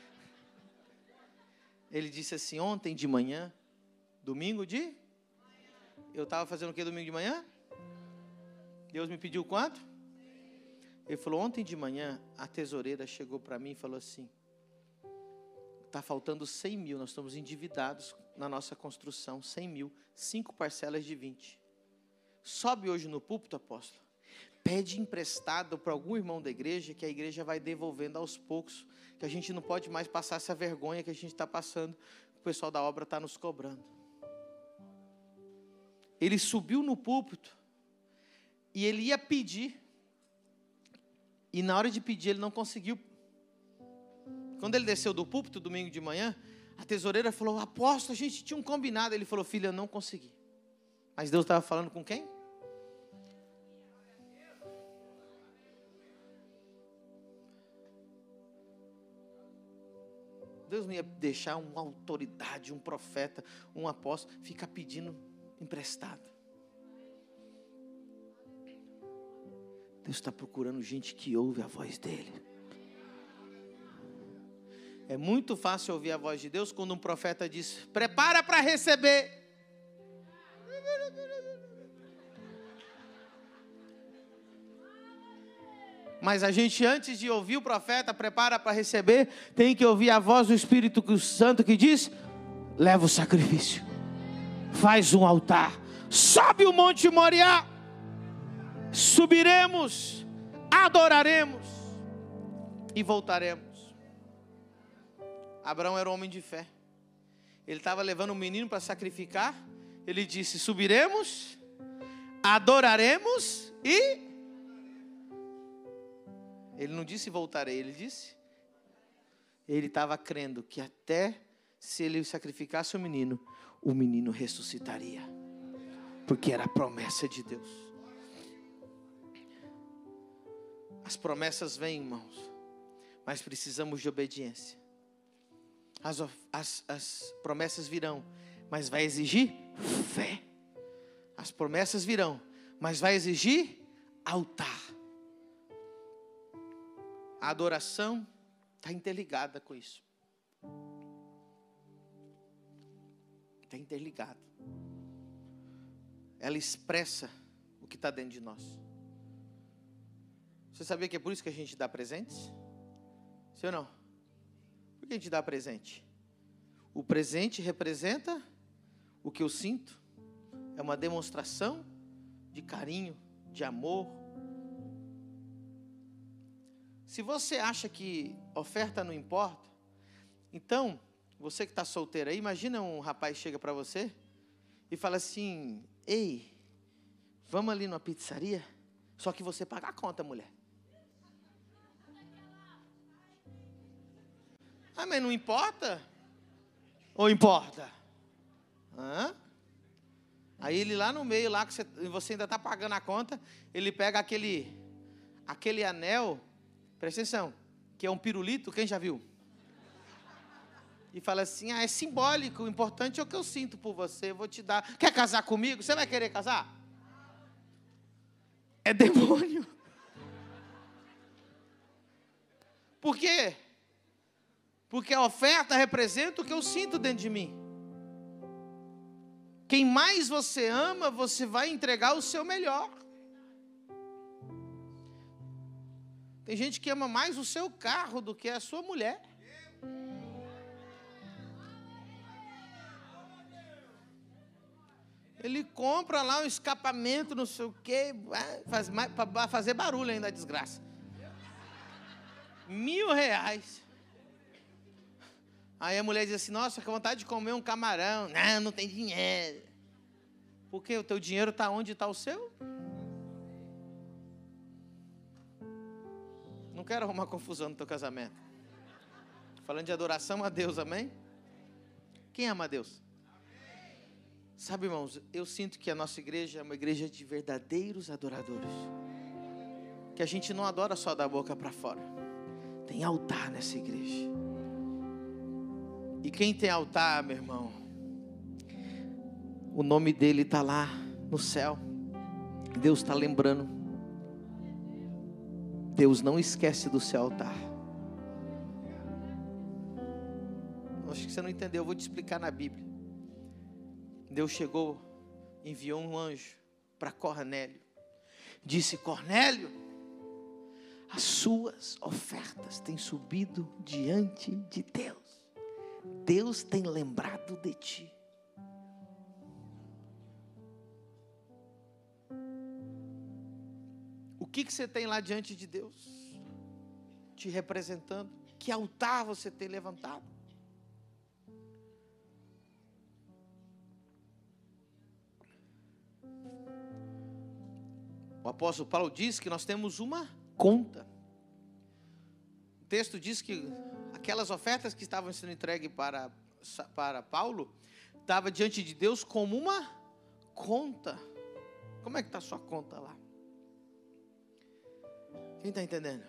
Ele disse assim, ontem de manhã, domingo de? Eu estava fazendo o que domingo de manhã? Deus me pediu quanto? Ele falou, ontem de manhã, a tesoureira chegou para mim e falou assim, está faltando cem mil, nós estamos endividados na nossa construção, cem mil, cinco parcelas de vinte. Sobe hoje no púlpito, apóstolo, pede emprestado para algum irmão da igreja, que a igreja vai devolvendo aos poucos, que a gente não pode mais passar essa vergonha que a gente está passando, o pessoal da obra está nos cobrando. Ele subiu no púlpito, e ele ia pedir, e na hora de pedir ele não conseguiu. Quando ele desceu do púlpito domingo de manhã, a tesoureira falou, apóstolo, a gente tinha um combinado. Ele falou, filha, eu não consegui. Mas Deus estava falando com quem? Deus não ia deixar uma autoridade, um profeta, um apóstolo, ficar pedindo emprestado. Deus está procurando gente que ouve a voz dele. É muito fácil ouvir a voz de Deus quando um profeta diz, prepara para receber. Mas a gente, antes de ouvir o profeta, prepara para receber, tem que ouvir a voz do Espírito Santo que diz, leva o sacrifício, faz um altar, sobe o monte Moriá, subiremos, adoraremos e voltaremos. Abraão era um homem de fé. Ele estava levando um menino para sacrificar. Ele disse, subiremos, adoraremos e... Ele não disse voltarei, ele disse... Ele estava crendo que até se ele sacrificasse o menino, o menino ressuscitaria. Porque era a promessa de Deus. As promessas vêm, irmãos, mas precisamos de obediência. As, as, as promessas virão, mas vai exigir fé. As promessas virão, mas vai exigir altar. A adoração está interligada com isso. Está interligada. Ela expressa o que está dentro de nós. Você sabia que é por isso que a gente dá presentes? Sim ou não? Por que a gente dá presente? O presente representa o que eu sinto. É uma demonstração de carinho, de amor. Se você acha que oferta não importa, então, você que está solteiro aí, imagina um rapaz chega para você e fala assim, ei, vamos ali numa pizzaria, só que você paga a conta, mulher. Ah, mas não importa? Ou importa? Hã? Aí ele lá no meio, lá que você, você ainda está pagando a conta, ele pega aquele, aquele anel, presta atenção, que é um pirulito, quem já viu? E fala assim, ah, é simbólico, o importante é o que eu sinto por você, eu vou te dar. Quer casar comigo? Você vai querer casar? é demônio. Por quê? Porque a oferta representa o que eu sinto dentro de mim. Quem mais você ama, você vai entregar o seu melhor. Tem gente que ama mais o seu carro do que a sua mulher. Ele compra lá um escapamento, não sei o quê, faz mais, para fazer barulho ainda, a desgraça. Mil reais. Aí a mulher diz assim, nossa, que vontade de comer um camarão. Não, não tem dinheiro. Porque o teu dinheiro está onde está o seu? Não quero arrumar confusão no teu casamento. Falando de adoração a Deus, amém? Quem ama a Deus? Sabe, irmãos, eu sinto que a nossa igreja é uma igreja de verdadeiros adoradores. Que a gente não adora só da boca para fora. Tem altar nessa igreja. E quem tem altar, meu irmão, o nome dele está lá no céu. Deus está lembrando. Deus não esquece do seu altar. Acho que você não entendeu, eu vou te explicar na Bíblia. Deus chegou, enviou um anjo para Cornélio. Disse, Cornélio, as suas ofertas têm subido diante de Deus. Deus tem lembrado de ti. O que, que você tem lá diante de Deus? Te representando. Que altar você tem levantado? O apóstolo Paulo diz que nós temos uma conta. O texto diz que aquelas ofertas que estavam sendo entregues para, para Paulo, estava diante de Deus como uma conta. Como é que está a sua conta lá? Quem está entendendo?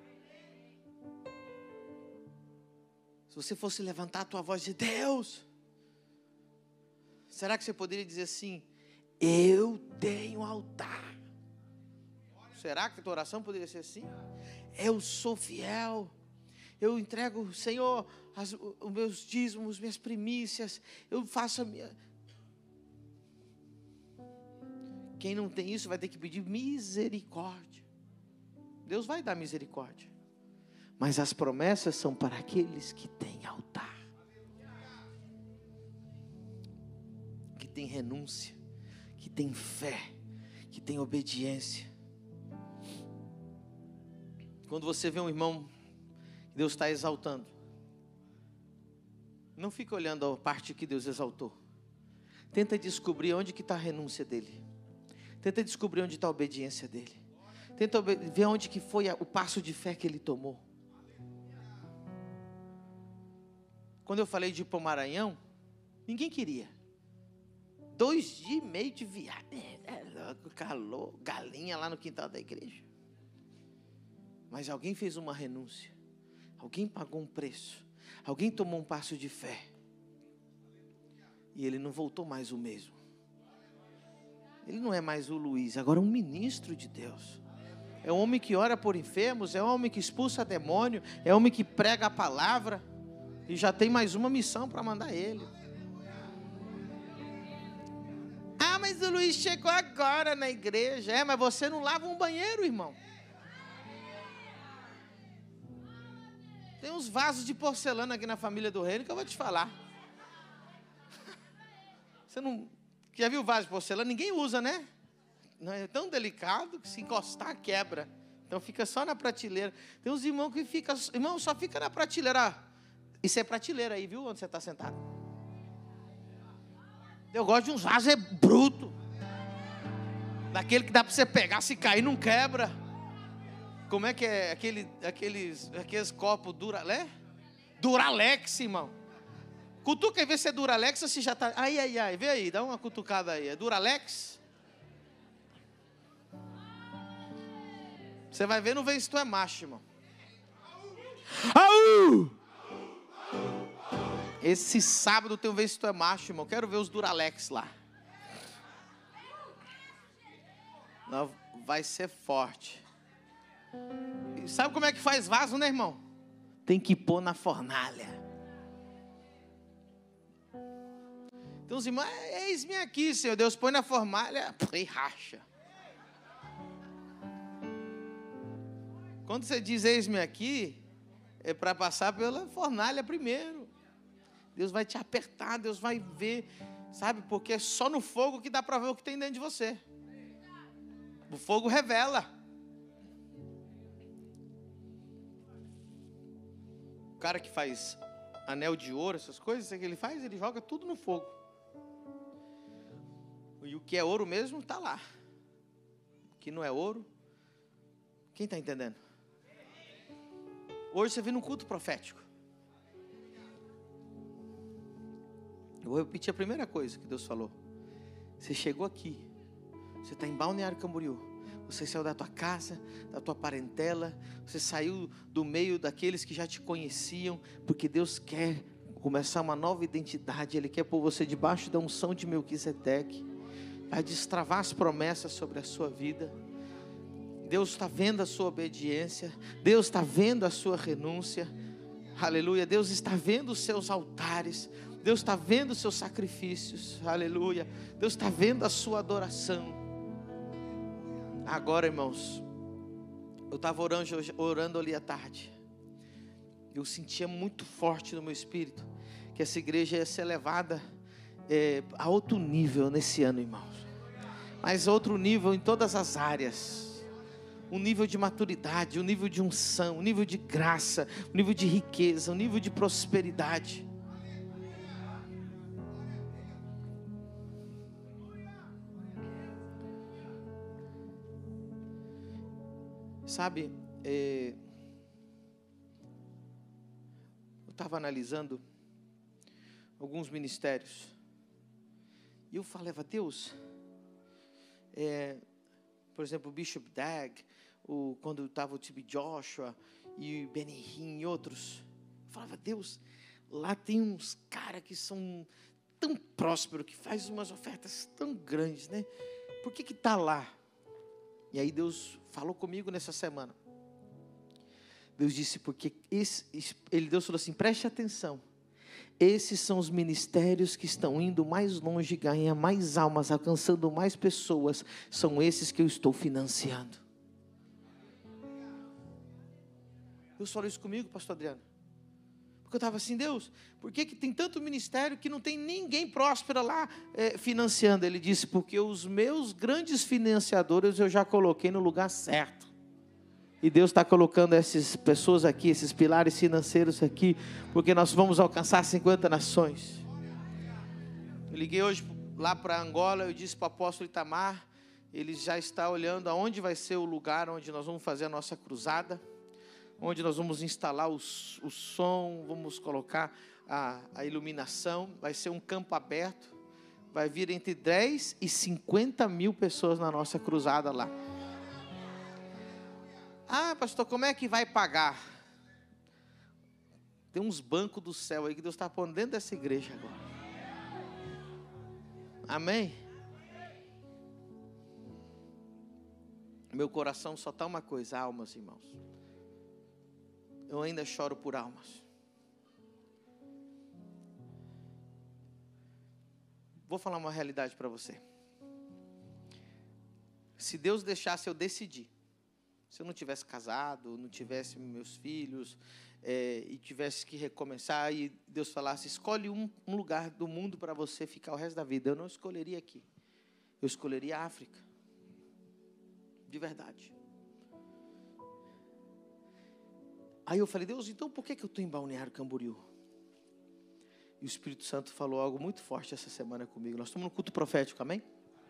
Se você fosse levantar a tua voz de Deus, será que você poderia dizer assim, eu tenho altar? Será que a tua oração poderia ser assim? Eu sou fiel. Eu entrego, Senhor, as, os meus dízimos, minhas primícias. Eu faço a minha... Quem não tem isso vai ter que pedir misericórdia. Deus vai dar misericórdia. Mas as promessas são para aqueles que têm altar. Que tem renúncia. Que tem fé. Que tem obediência. Quando você vê um irmão que Deus está exaltando, não fica olhando a parte que Deus exaltou. Tenta descobrir onde que está a renúncia dele. Tenta descobrir onde está a obediência dele. Tenta ver onde que foi o passo de fé que ele tomou. Quando eu falei de ir para o Maranhão, ninguém queria. Dois dias e meio de viagem. É louco, calor, galinha lá no quintal da igreja. Mas alguém fez uma renúncia. Alguém pagou um preço. Alguém tomou um passo de fé. E ele não voltou mais o mesmo. Ele não é mais o Luiz, agora é um ministro de Deus. É um homem que ora por enfermos, é um homem que expulsa demônio, é um homem que prega a palavra. E já tem mais uma missão para mandar ele. Ah, mas o Luiz chegou agora na igreja. É, mas você não lava um banheiro, irmão. Tem uns vasos de porcelana aqui na família do reino que eu vou te falar. Você não... Já viu vaso de porcelana? Ninguém usa, né? Não é tão delicado que se encostar quebra. Então fica só na prateleira. Tem uns irmãos que ficam... Irmão, só fica na prateleira. Isso é prateleira aí, viu? Onde você está sentado. Eu gosto de uns vasos é bruto. Daquele que dá para você pegar, se cair não quebra. Como é que é aquele, aqueles, aqueles copos Duralex? Duralex, irmão. Cutuca e vê se é Duralex ou se já está... Ai, ai, ai, vê aí, dá uma cutucada aí. É Duralex? Você vai ver, não vê se tu é macho, irmão. Au! Esse sábado tem um ver se tu é macho, irmão. Quero ver os Duralex lá. Nós vai ser forte. E sabe como é que faz vaso, né, irmão? Tem que pôr na fornalha. Então os irmãos, eis-me aqui, Senhor. Deus põe na fornalha e racha. Quando você diz eis-me aqui, é para passar pela fornalha primeiro. Deus vai te apertar, Deus vai ver, sabe? Porque é só no fogo que dá para ver o que tem dentro de você. O fogo revela. O cara que faz anel de ouro, essas coisas, o que ele faz? Ele joga tudo no fogo. E o que é ouro mesmo está lá. O que não é ouro, quem está entendendo? Hoje você vem num culto profético. Eu vou repetir a primeira coisa que Deus falou. Você chegou aqui. Você está em Balneário Camboriú. Você saiu da tua casa, da tua parentela. Você saiu do meio daqueles que já te conheciam. Porque Deus quer começar uma nova identidade. Ele quer pôr você debaixo da unção de Melquisedeque. Vai destravar as promessas sobre a sua vida. Deus está vendo a sua obediência. Deus está vendo a sua renúncia. Aleluia. Deus está vendo os seus altares. Deus está vendo os seus sacrifícios. Aleluia. Deus está vendo a sua adoração. Agora, irmãos, eu estava orando, orando ali à tarde. Eu sentia muito forte no meu espírito que essa igreja ia ser levada é, a outro nível nesse ano, irmãos. Mas outro nível em todas as áreas. Um nível de maturidade, um nível de unção, um nível de graça, um nível de riqueza, um nível de prosperidade. Sabe, é, eu estava analisando alguns ministérios e eu falava, Deus, é, por exemplo, o Bishop Dag, o, quando estava o T B Joshua e o Benny Hinn e outros, eu falava, Deus, lá tem uns caras que são tão prósperos, que faz umas ofertas tão grandes, né? Por que que está lá? E aí Deus falou comigo nessa semana. Deus disse, porque esse, ele, Deus falou assim, preste atenção. Esses são os ministérios que estão indo mais longe, ganham mais almas, alcançando mais pessoas. São esses que eu estou financiando. Deus falou isso comigo, pastor Adriano. Porque eu estava assim, Deus, por que que tem tanto ministério que não tem ninguém próspero lá é, financiando? Ele disse, porque os meus grandes financiadores eu já coloquei no lugar certo. E Deus está colocando essas pessoas aqui, esses pilares financeiros aqui, porque nós vamos alcançar cinquenta nações. Eu liguei hoje lá para Angola, eu disse para o apóstolo Itamar, ele já está olhando aonde vai ser o lugar onde nós vamos fazer a nossa cruzada, onde nós vamos instalar o, o som, vamos colocar a, a iluminação, vai ser um campo aberto, vai vir entre dez e cinquenta mil pessoas na nossa cruzada lá. Ah, pastor, como é que vai pagar? Tem uns bancos do céu aí que Deus está pondo dentro dessa igreja agora. Amém? Meu coração só está uma coisa, almas, irmãos. Eu ainda choro por almas. Vou falar uma realidade para você. Se Deus deixasse eu decidir, se eu não tivesse casado, não tivesse meus filhos, é, e tivesse que recomeçar, e Deus falasse, escolhe um, um lugar do mundo para você ficar o resto da vida, eu não escolheria aqui. Eu escolheria a África. De verdade. Aí eu falei, Deus, então por que que eu estou em Balneário Camboriú? E o Espírito Santo falou algo muito forte essa semana comigo. Nós estamos no culto profético, amém?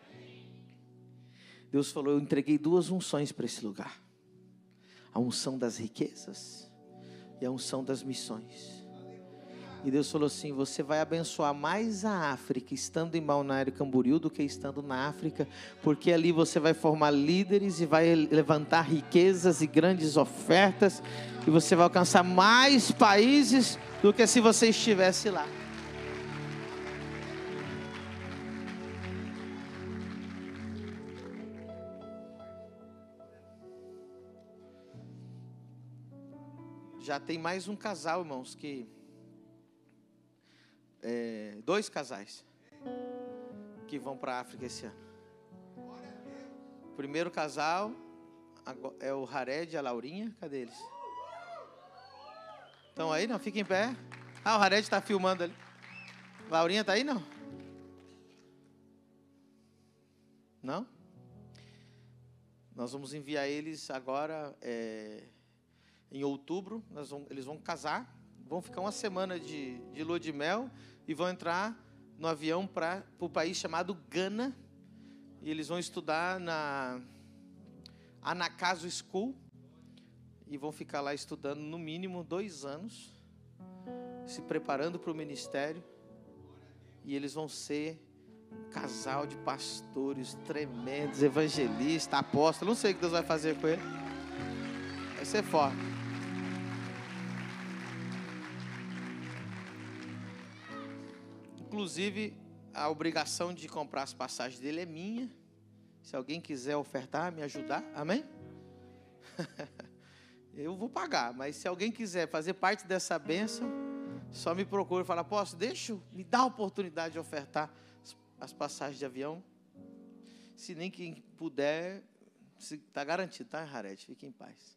Deus falou, eu entreguei duas unções para esse lugar. A unção das riquezas e a unção das missões. E Deus falou assim, você vai abençoar mais a África estando em Balneário Camboriú do que estando na África, porque ali você vai formar líderes e vai levantar riquezas e grandes ofertas, e você vai alcançar mais países do que se você estivesse lá. já tem mais um casal, irmãos, que... É, dois casais que vão para a África esse ano. O primeiro casal é o Hared e a Laurinha. Cadê eles? Estão aí? Não? Fica em pé. Ah, o Hared está filmando ali. Laurinha está aí, não? Não? Nós vamos enviar eles agora, é, em outubro. Nós vamos, eles vão casar, vão ficar uma semana de, de lua de mel e vão entrar no avião para o país chamado Gana. E eles vão estudar na Anakazo School. E vão ficar lá estudando no mínimo dois anos, se preparando para o ministério. E eles vão ser um casal de pastores tremendos, evangelistas, apóstolos. Não sei o que Deus vai fazer com ele. Vai ser forte. Inclusive, a obrigação de comprar as passagens dele é minha. Se alguém quiser ofertar, me ajudar, amém? Eu vou pagar, mas se alguém quiser fazer parte dessa bênção, só me procura e fala: posso, deixa, me dá a oportunidade de ofertar as passagens de avião. Se nem quem puder, está garantido, tá, Hared? Fique em paz.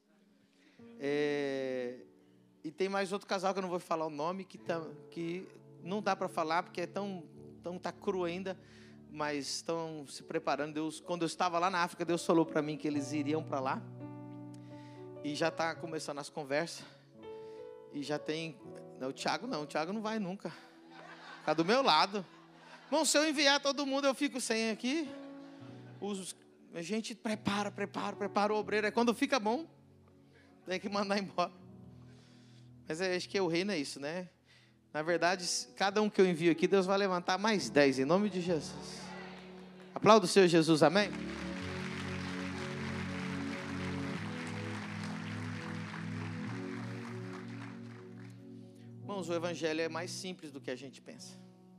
É, e tem mais outro casal que eu não vou falar o nome, que, tá, que não dá para falar, porque é tão, tão tá cru ainda, mas estão se preparando. Deus, quando eu estava lá na África, Deus falou para mim que eles iriam para lá. E já está começando as conversas. E já tem... Não, o Thiago não, o Thiago não vai nunca. Está do meu lado. Bom, se eu enviar todo mundo, eu fico sem aqui. Os, a gente prepara, prepara, prepara o obreiro. Aí quando fica bom, tem que mandar embora. Mas é, acho que o reino é isso, né? Na verdade, cada um que eu envio aqui, Deus vai levantar mais dez, em nome de Jesus. Aplauda o Senhor Jesus, amém? Irmãos, o evangelho é mais simples do que a gente pensa.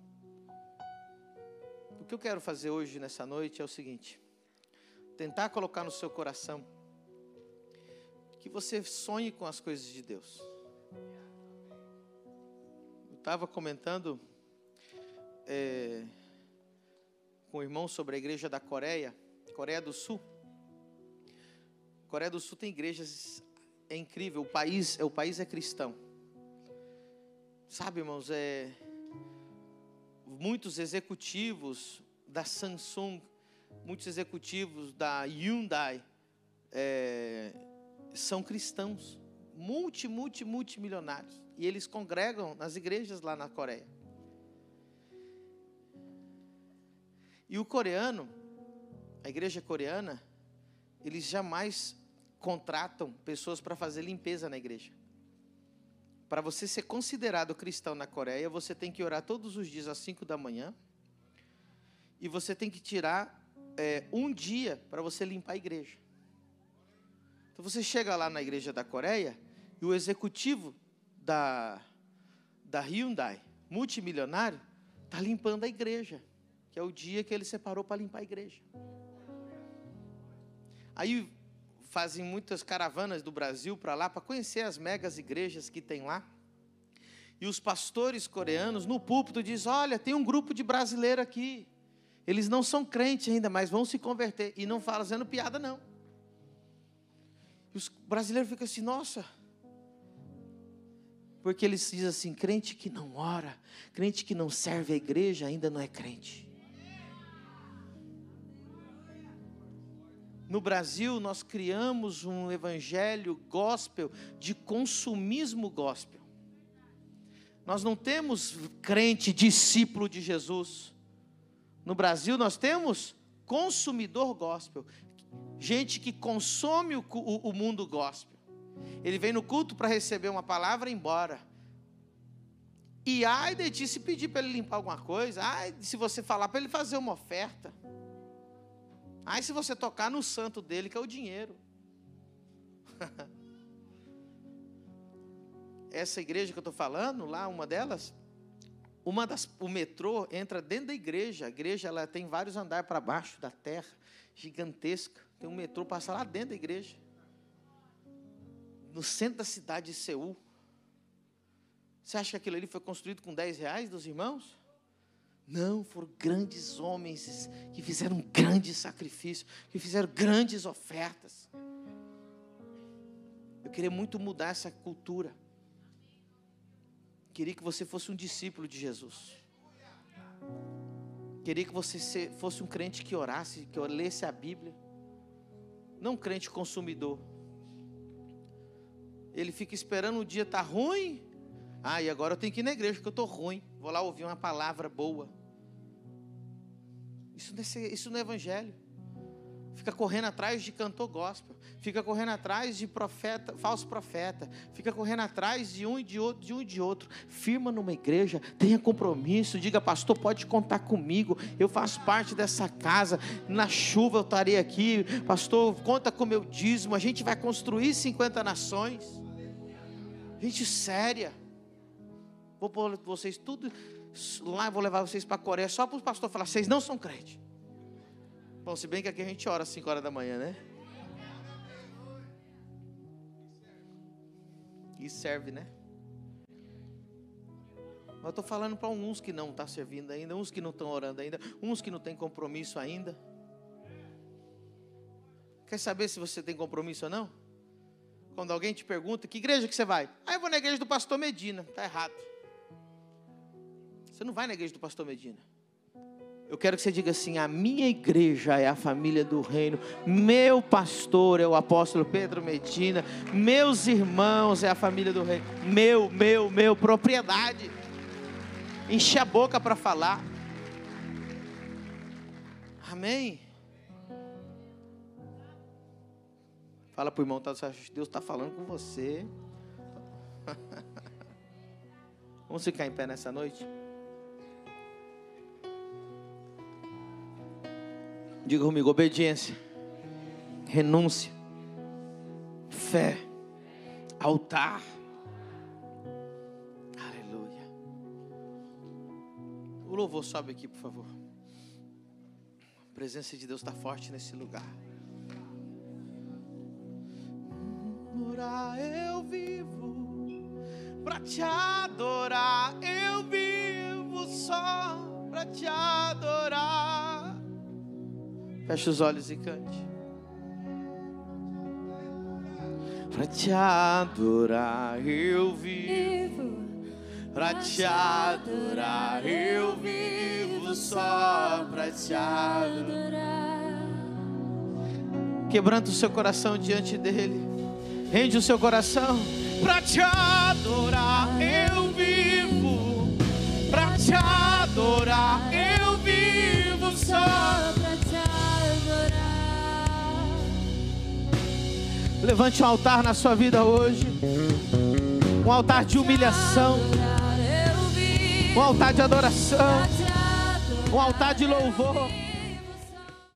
O que eu quero fazer hoje, nessa noite, é o seguinte: tentar colocar no seu coração que você sonhe com as coisas de Deus. Eu estava comentando é, com o irmão sobre a igreja da Coreia, Coreia do Sul. Coreia do Sul tem igrejas, é incrível, o país, o país é cristão. Sabe, irmãos, é, muitos executivos da Samsung, muitos executivos da Hyundai é, são cristãos, multi, multi, multimilionários. E eles congregam nas igrejas lá na Coreia. E o coreano, a igreja coreana, eles jamais contratam pessoas para fazer limpeza na igreja. Para você ser considerado cristão na Coreia, você tem que orar todos os dias às cinco da manhã. E você tem que tirar é, um dia para você limpar a igreja. Então você chega lá na igreja da Coreia e o executivo da, da Hyundai, multimilionário, está limpando a igreja. Que é o dia que ele separou para limpar a igreja. Aí fazem muitas caravanas do Brasil para lá, para conhecer as megas igrejas que tem lá. E os pastores coreanos no púlpito dizem: olha, tem um grupo de brasileiros aqui. Eles não são crentes ainda, mas vão se converter. E não fazendo piada, não. E os brasileiros ficam assim: nossa. Porque eles dizem assim: crente que não ora, crente que não serve a igreja, ainda não é crente. No Brasil, nós criamos um evangelho gospel de consumismo gospel. Nós não temos crente, discípulo de Jesus. No Brasil, nós temos consumidor gospel. Gente que consome o, o, o mundo gospel. Ele vem no culto para receber uma palavra e ir embora. E ai de ti se pedir para ele limpar alguma coisa. Ai, se você falar para ele fazer uma oferta. Ai, se você tocar no santo dele, que é o dinheiro. Essa igreja que eu estou falando, lá, uma delas, uma das, o metrô entra dentro da igreja. A igreja ela tem vários andares para baixo da terra, gigantesca. Tem um metrô, passa lá dentro da igreja. No centro da cidade de Seul. Você acha que aquilo ali foi construído com dez reais dos irmãos? Não, foram grandes homens que fizeram um grande sacrifício, que fizeram grandes ofertas. Eu queria muito mudar essa cultura. Queria que você fosse um discípulo de Jesus. Queria que você fosse um crente que orasse, que lesse a Bíblia. Não um crente consumidor. Ele fica esperando o dia estar ruim. Ah, e agora eu tenho que ir na igreja porque eu estou ruim. Vou lá ouvir uma palavra boa. Isso não, é, isso não é evangelho. Fica correndo atrás de cantor gospel. Fica correndo atrás de profeta, falso profeta. Fica correndo atrás de um e de outro, de um e de outro. Firma numa igreja, tenha compromisso. Diga, pastor, pode contar comigo. Eu faço parte dessa casa. Na chuva eu estarei aqui. Pastor, conta com o meu dízimo. A gente vai construir cinquenta nações. Gente séria. Vou pôr vocês tudo lá, vou levar vocês para a Coreia, só para o pastor falar, vocês não são crentes. Bom, se bem que aqui a gente ora às cinco horas da manhã, né? E serve, né? Mas eu estou falando para uns que não estão servindo ainda, uns que não estão orando ainda, uns que não têm compromisso ainda. Quer saber se você tem compromisso ou não? Quando alguém te pergunta, que igreja que você vai? Ah, eu vou na igreja do pastor Medina. Está errado. Você não vai na igreja do pastor Medina. Eu quero que você diga assim, a minha igreja é a família do reino, meu pastor é o apóstolo Pedro Medina, meus irmãos é a família do reino, meu, meu, meu, propriedade. Enche a boca para falar. Amém? Fala para o irmão, Deus está falando com você. Vamos ficar em pé nessa noite? Diga comigo, obediência, renúncia, fé, altar. Aleluia. O louvor sobe aqui, por favor. A presença de Deus está forte nesse lugar. Orar eu vivo, para te adorar eu vivo só para te adorar. Feche os olhos e cante. Pra te adorar eu vivo, pra te adorar eu vivo, só pra te adorar. Quebranta o seu coração diante dele. Rende o seu coração. Pra te adorar eu vivo, pra te adorar eu vivo, só pra te adorar. Levante um altar na sua vida hoje. Um altar de humilhação, um altar de adoração, um altar de louvor.